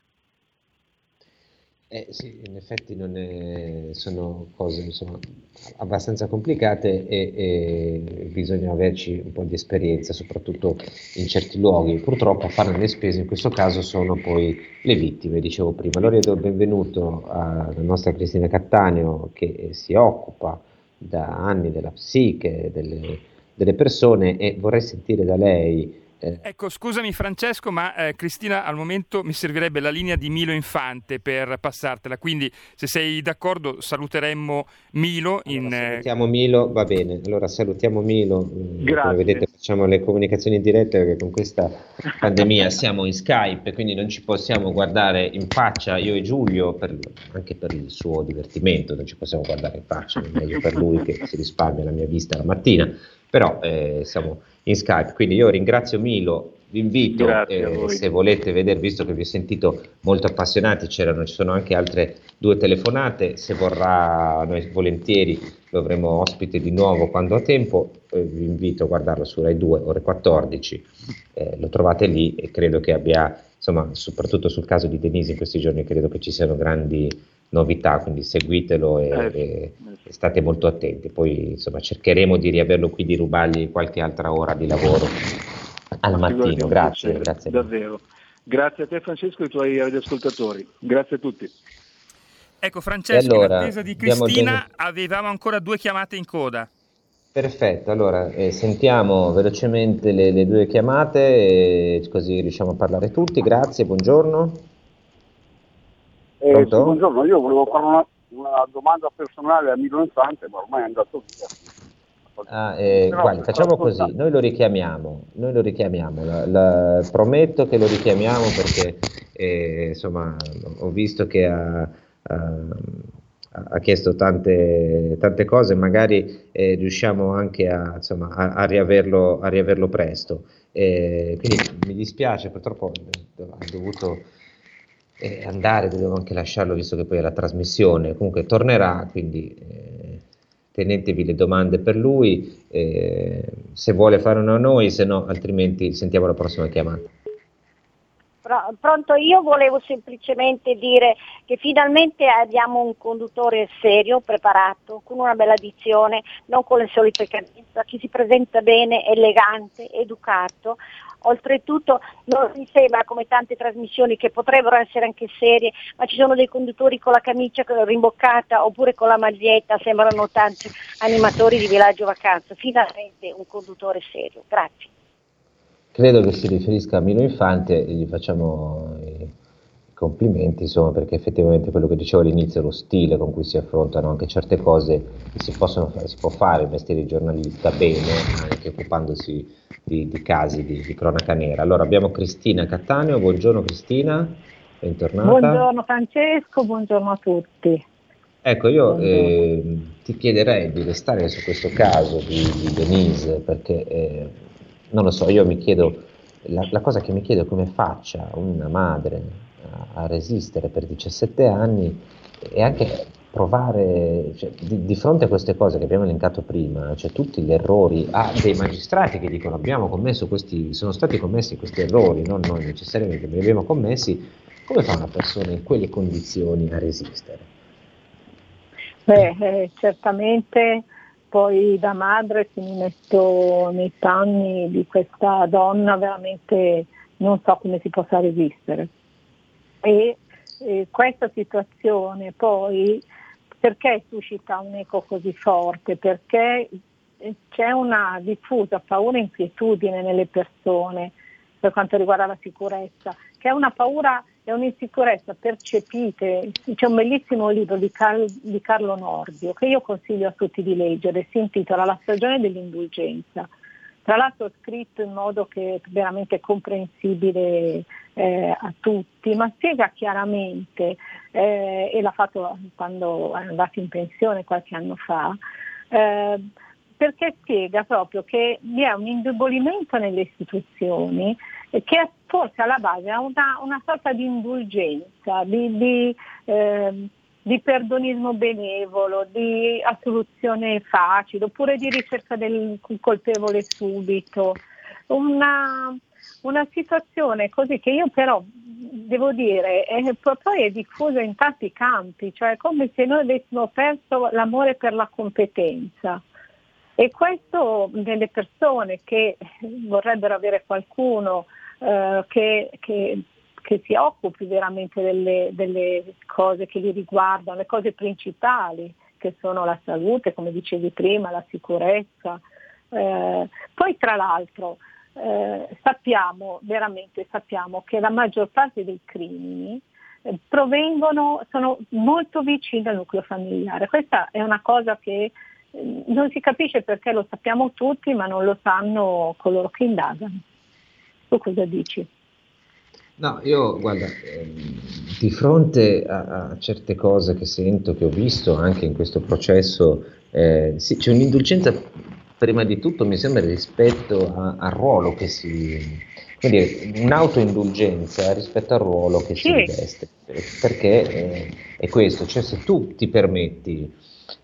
Sì, in effetti sono cose, insomma, abbastanza complicate e bisogna averci un po' di esperienza, soprattutto in certi luoghi. Purtroppo a farne le spese in questo caso sono poi le vittime, dicevo prima. Allora io do il benvenuto alla nostra Cristina Cattaneo, che si occupa da anni della psiche delle persone, e vorrei sentire da lei. Ecco, scusami Francesco, ma Cristina, al momento mi servirebbe la linea di Milo Infante per passartela, quindi se sei d'accordo saluteremmo Milo. Salutiamo Milo, va bene, allora salutiamo Milo. Grazie. Come vedete facciamo le comunicazioni in diretta perché con questa pandemia siamo in Skype, quindi non ci possiamo guardare in faccia, io e Giulio, anche per il suo divertimento, non ci possiamo guardare in faccia, è meglio per lui che si risparmia la mia vista la mattina, però siamo in Skype, quindi io ringrazio Milo, vi invito se volete vedere, visto che vi ho sentito molto appassionati, ci sono anche altre 2 telefonate, se vorrà noi volentieri lo avremo ospite di nuovo quando ha tempo, vi invito a guardarlo su Rai 2 ore 14, lo trovate lì e credo che abbia, insomma, soprattutto sul caso di Denise in questi giorni credo che ci siano grandi novità, quindi seguitelo e state molto attenti, poi insomma cercheremo di riaverlo qui, di rubargli qualche altra ora di lavoro al mattino. Grazie davvero, grazie a te Francesco e ai tuoi radioascoltatori, grazie a tutti. Ecco Francesco, allora, in attesa di Cristina avevamo ancora 2 chiamate in coda. Perfetto, allora sentiamo velocemente le 2 chiamate così riusciamo a parlare tutti. Grazie, buongiorno. Sì, buongiorno, io volevo fare una domanda personale a Milo Infante, ma ormai è andato via. Guardi, facciamo così, noi lo richiamiamo, prometto che lo richiamiamo perché insomma ho visto che ha chiesto tante cose, magari riusciamo anche a riaverlo presto, quindi mi dispiace, purtroppo ha dovuto andare, dovevo anche lasciarlo visto che poi è la trasmissione, comunque tornerà, quindi tenetevi le domande per lui, se vuole fare una a noi, se no altrimenti sentiamo la prossima chiamata. Pronto, io volevo semplicemente dire che finalmente abbiamo un conduttore serio, preparato, con una bella dizione, non con le solite cadenze, che si presenta bene, elegante, educato. Oltretutto non mi sembra come tante trasmissioni che potrebbero essere anche serie, ma ci sono dei conduttori con la camicia rimboccata oppure con la maglietta, sembrano tanti animatori di Villaggio Vacanza. Finalmente un conduttore serio, grazie. Credo che si riferisca a Milo Infante e gli facciamo i complimenti, insomma, perché effettivamente quello che dicevo all'inizio, lo stile con cui si affrontano anche certe cose che si può fare il mestiere di giornalista bene, anche occupandosi di casi di cronaca nera. Allora abbiamo Cristina Cattaneo. Buongiorno Cristina, bentornata. Buongiorno Francesco, buongiorno a tutti. Ecco, io ti chiederei di restare su questo caso di Denise, perché non lo so, io mi chiedo, la cosa che mi chiedo è come faccia una madre a resistere per 17 anni e anche provare, cioè, di fronte a queste cose che abbiamo elencato prima, cioè tutti gli errori, dei magistrati che dicono sono stati commessi questi errori, non noi necessariamente li abbiamo commessi, come fa una persona in quelle condizioni a resistere? Certamente poi da madre, se mi metto nei panni di questa donna, veramente non so come si possa resistere. E questa situazione poi, perché suscita un eco così forte? Perché c'è una diffusa paura e inquietudine nelle persone per quanto riguarda la sicurezza, che è una paura e un'insicurezza percepite. C'è un bellissimo libro di Carlo Nordio che io consiglio a tutti di leggere, si intitola La stagione dell'indulgenza. Tra l'altro scritto in modo che è veramente comprensibile a tutti, ma spiega chiaramente, e l'ha fatto quando è andato in pensione qualche anno fa, perché spiega proprio che vi è un indebolimento nelle istituzioni che è forse alla base ha una sorta di indulgenza, di perdonismo benevolo, di assoluzione facile, oppure di ricerca del colpevole subito. Una situazione così che io però devo dire poi è diffusa in tanti campi, cioè è come se noi avessimo perso l'amore per la competenza. E questo nelle persone che vorrebbero avere qualcuno che si occupi veramente delle cose che li riguardano, le cose principali che sono la salute, come dicevi prima, la sicurezza. Poi tra l'altro sappiamo che la maggior parte dei crimini sono molto vicini al nucleo familiare. Questa è una cosa che non si capisce perché lo sappiamo tutti, ma non lo sanno coloro che indagano. Tu cosa dici? No, io guarda, di fronte a certe cose che sento, che ho visto anche in questo processo, sì, c'è un'indulgenza prima di tutto, mi sembra, rispetto al ruolo che quindi un'autoindulgenza rispetto al ruolo che si riveste, perché è questo, cioè se tu ti permetti.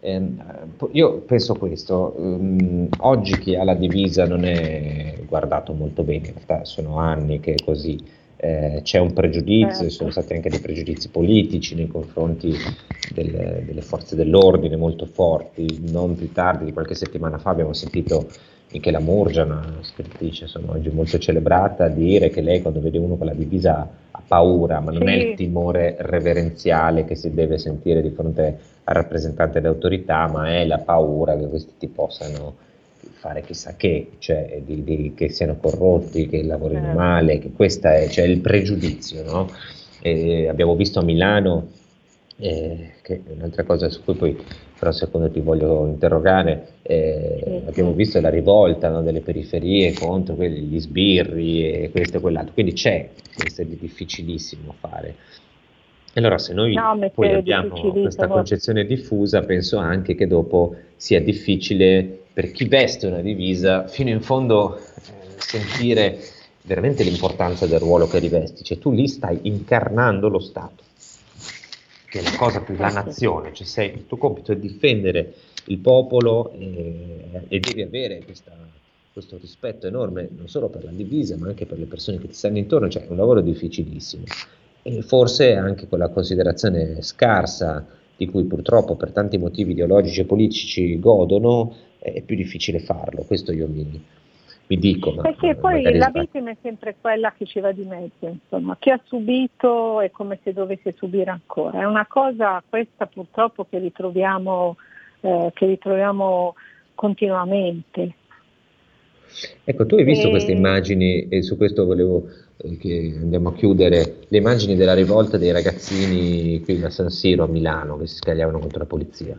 Io penso questo, oggi chi ha la divisa non è guardato molto bene, in realtà sono anni che è così, c'è un pregiudizio, sono stati anche dei pregiudizi politici nei confronti delle forze dell'ordine molto forti. Non più tardi di qualche settimana fa abbiamo sentito Michela Murgia, una scrittrice oggi molto celebrata, dire che lei quando vede uno con la divisa ha paura, ma non è il timore reverenziale che si deve sentire di fronte al rappresentante dell'autorità, ma è la paura che questi ti possano fare chissà che, cioè che siano corrotti, che lavorino male, che questa è, cioè il pregiudizio, no? Abbiamo visto a Milano, che è un'altra cosa su cui poi fra un secondo ti voglio interrogare, abbiamo visto la rivolta, no, delle periferie contro gli sbirri e questo e quell'altro, quindi questo è difficilissimo fare. Allora se noi poi abbiamo questa concezione diffusa, penso anche che dopo sia difficile per chi veste una divisa fino in fondo sentire veramente l'importanza del ruolo che rivesti, cioè tu lì stai incarnando lo Stato, che è la cosa più, la nazione, cioè il tuo compito è difendere il popolo e devi avere questo rispetto enorme non solo per la divisa ma anche per le persone che ti stanno intorno, cioè è un lavoro difficilissimo e forse anche con la considerazione scarsa di cui purtroppo per tanti motivi ideologici e politici godono, è più difficile farlo, questo io mi dico. Perché poi la vittima è sempre quella che ci va di mezzo, insomma, chi ha subito è come se dovesse subire ancora, è una cosa questa purtroppo che ritroviamo continuamente. Ecco, tu hai visto queste immagini e su questo volevo che andiamo a chiudere, le immagini della rivolta dei ragazzini qui a San Siro a Milano che si scagliavano contro la polizia.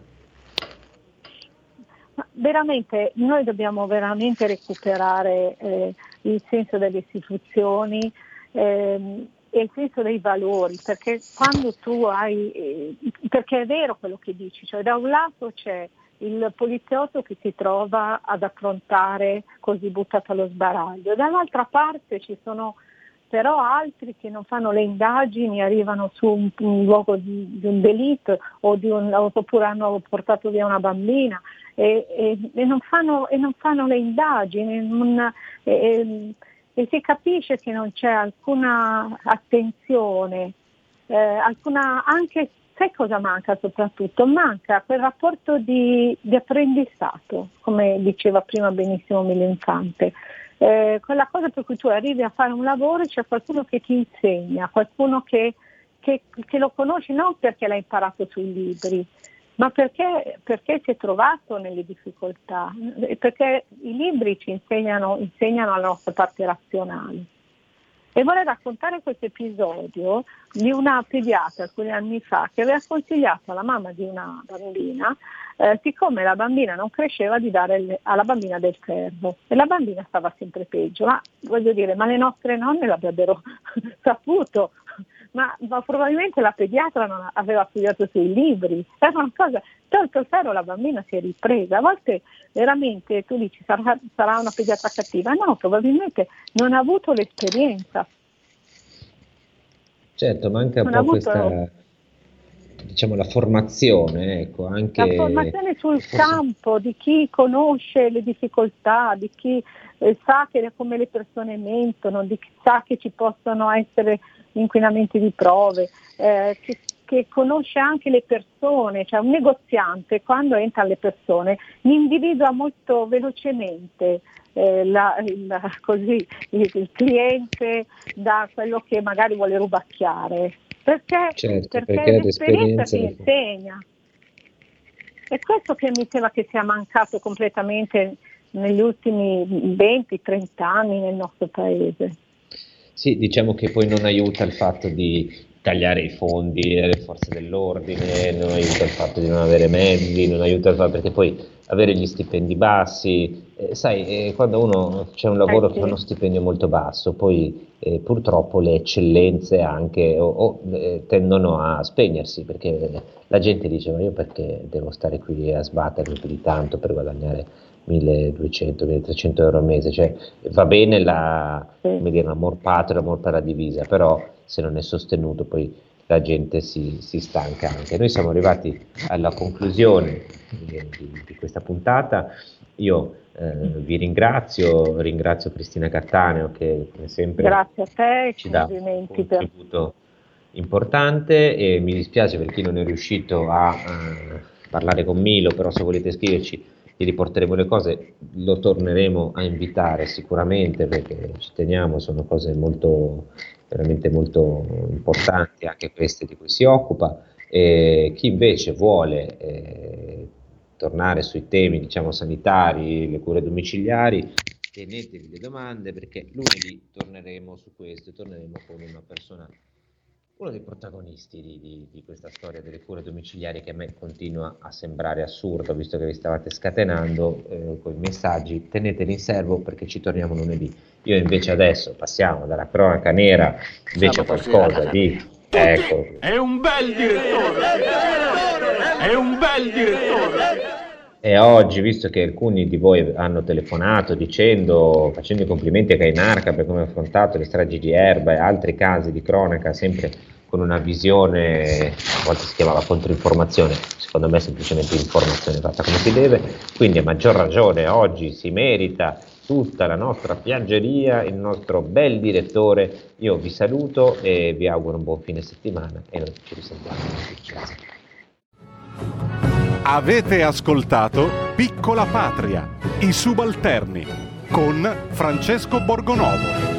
Ma veramente, noi dobbiamo veramente recuperare il senso delle istituzioni e il senso dei valori, perché quando tu perché è vero quello che dici, cioè da un lato c'è il poliziotto che si trova ad affrontare così buttato allo sbaraglio, dall'altra parte ci sono però altri che non fanno le indagini, arrivano su un luogo di un delitto oppure hanno portato via una bambina e non fanno le indagini e si capisce che non c'è alcuna attenzione, anche. Sai cosa manca soprattutto? Manca quel rapporto di apprendistato, come diceva prima benissimo Milo Infante. Quella cosa per cui tu arrivi a fare un lavoro e c'è qualcuno che ti insegna, qualcuno che lo conosci non perché l'ha imparato sui libri, ma perché si è trovato nelle difficoltà, perché i libri ci insegnano la nostra parte razionale. E vorrei raccontare questo episodio di una pediatra alcuni anni fa che aveva consigliato alla mamma di una bambina, siccome la bambina non cresceva, di dare alla bambina del ferro e la bambina stava sempre peggio. Ma voglio dire, ma le nostre nonne l'avrebbero saputo, ma probabilmente la pediatra non aveva studiato sui libri, era una cosa, tolto il ferro la bambina si è ripresa. A volte veramente tu dici sarà una pediatra cattiva, no, probabilmente non ha avuto l'esperienza. Certo, manca un po' questa, diciamo, la formazione, ecco, anche la formazione sul campo di chi conosce le difficoltà, di chi sa come le persone mentono, di chi sa che ci possono essere inquinamenti di prove, che conosce anche le persone, cioè un negoziante quando entra alle persone individua molto velocemente il cliente da quello che magari vuole rubacchiare, perché l'esperienza ti insegna. È questo che mi sembra che sia mancato completamente negli ultimi 20-30 anni nel nostro paese. Sì, diciamo che poi non aiuta il fatto di tagliare i fondi alle forze dell'ordine, non aiuta il fatto di non avere mezzi, non aiuta il fatto perché poi avere gli stipendi bassi, quando uno c'è un lavoro che fa uno stipendio molto basso, poi purtroppo le eccellenze anche tendono a spegnersi, perché la gente dice ma io perché devo stare qui a sbattermi più di tanto per guadagnare 1.200-1.300 euro al mese, cioè va bene l'amor patrio, l'amor per la divisa, però se non è sostenuto poi la gente si stanca anche. Noi siamo arrivati alla conclusione di questa puntata. Io vi ringrazio Cristina Cattaneo che come sempre grazie a te, ci dà un contributo importante e mi dispiace per chi non è riuscito a parlare con Milo, però se volete scriverci ti riporteremo le cose, lo torneremo a invitare sicuramente perché ci teniamo, sono cose veramente molto importanti anche queste di cui si occupa. Chi invece vuole tornare sui temi diciamo sanitari, le cure domiciliari, tenetevi le domande perché lunedì torneremo su questo, torneremo con una persona, uno dei protagonisti di questa storia delle cure domiciliari che a me continua a sembrare assurdo, visto che vi stavate scatenando con i messaggi. Teneteli in serbo perché ci torniamo lunedì. Io invece adesso passiamo dalla cronaca nera invece a qualcosa di... Ecco. È un bel direttore! E oggi, visto che alcuni di voi hanno telefonato facendo i complimenti a Cainarca per come ha affrontato le stragi di Erba e altri casi di cronaca, sempre con una visione, a volte si chiamava controinformazione, secondo me semplicemente informazione fatta come si deve, quindi a maggior ragione oggi si merita tutta la nostra piaggeria, il nostro bel direttore. Io vi saluto e vi auguro un buon fine settimana e noi ci risentiamo. Grazie. Avete ascoltato Piccola Patria, i subalterni con Francesco Borgonovo.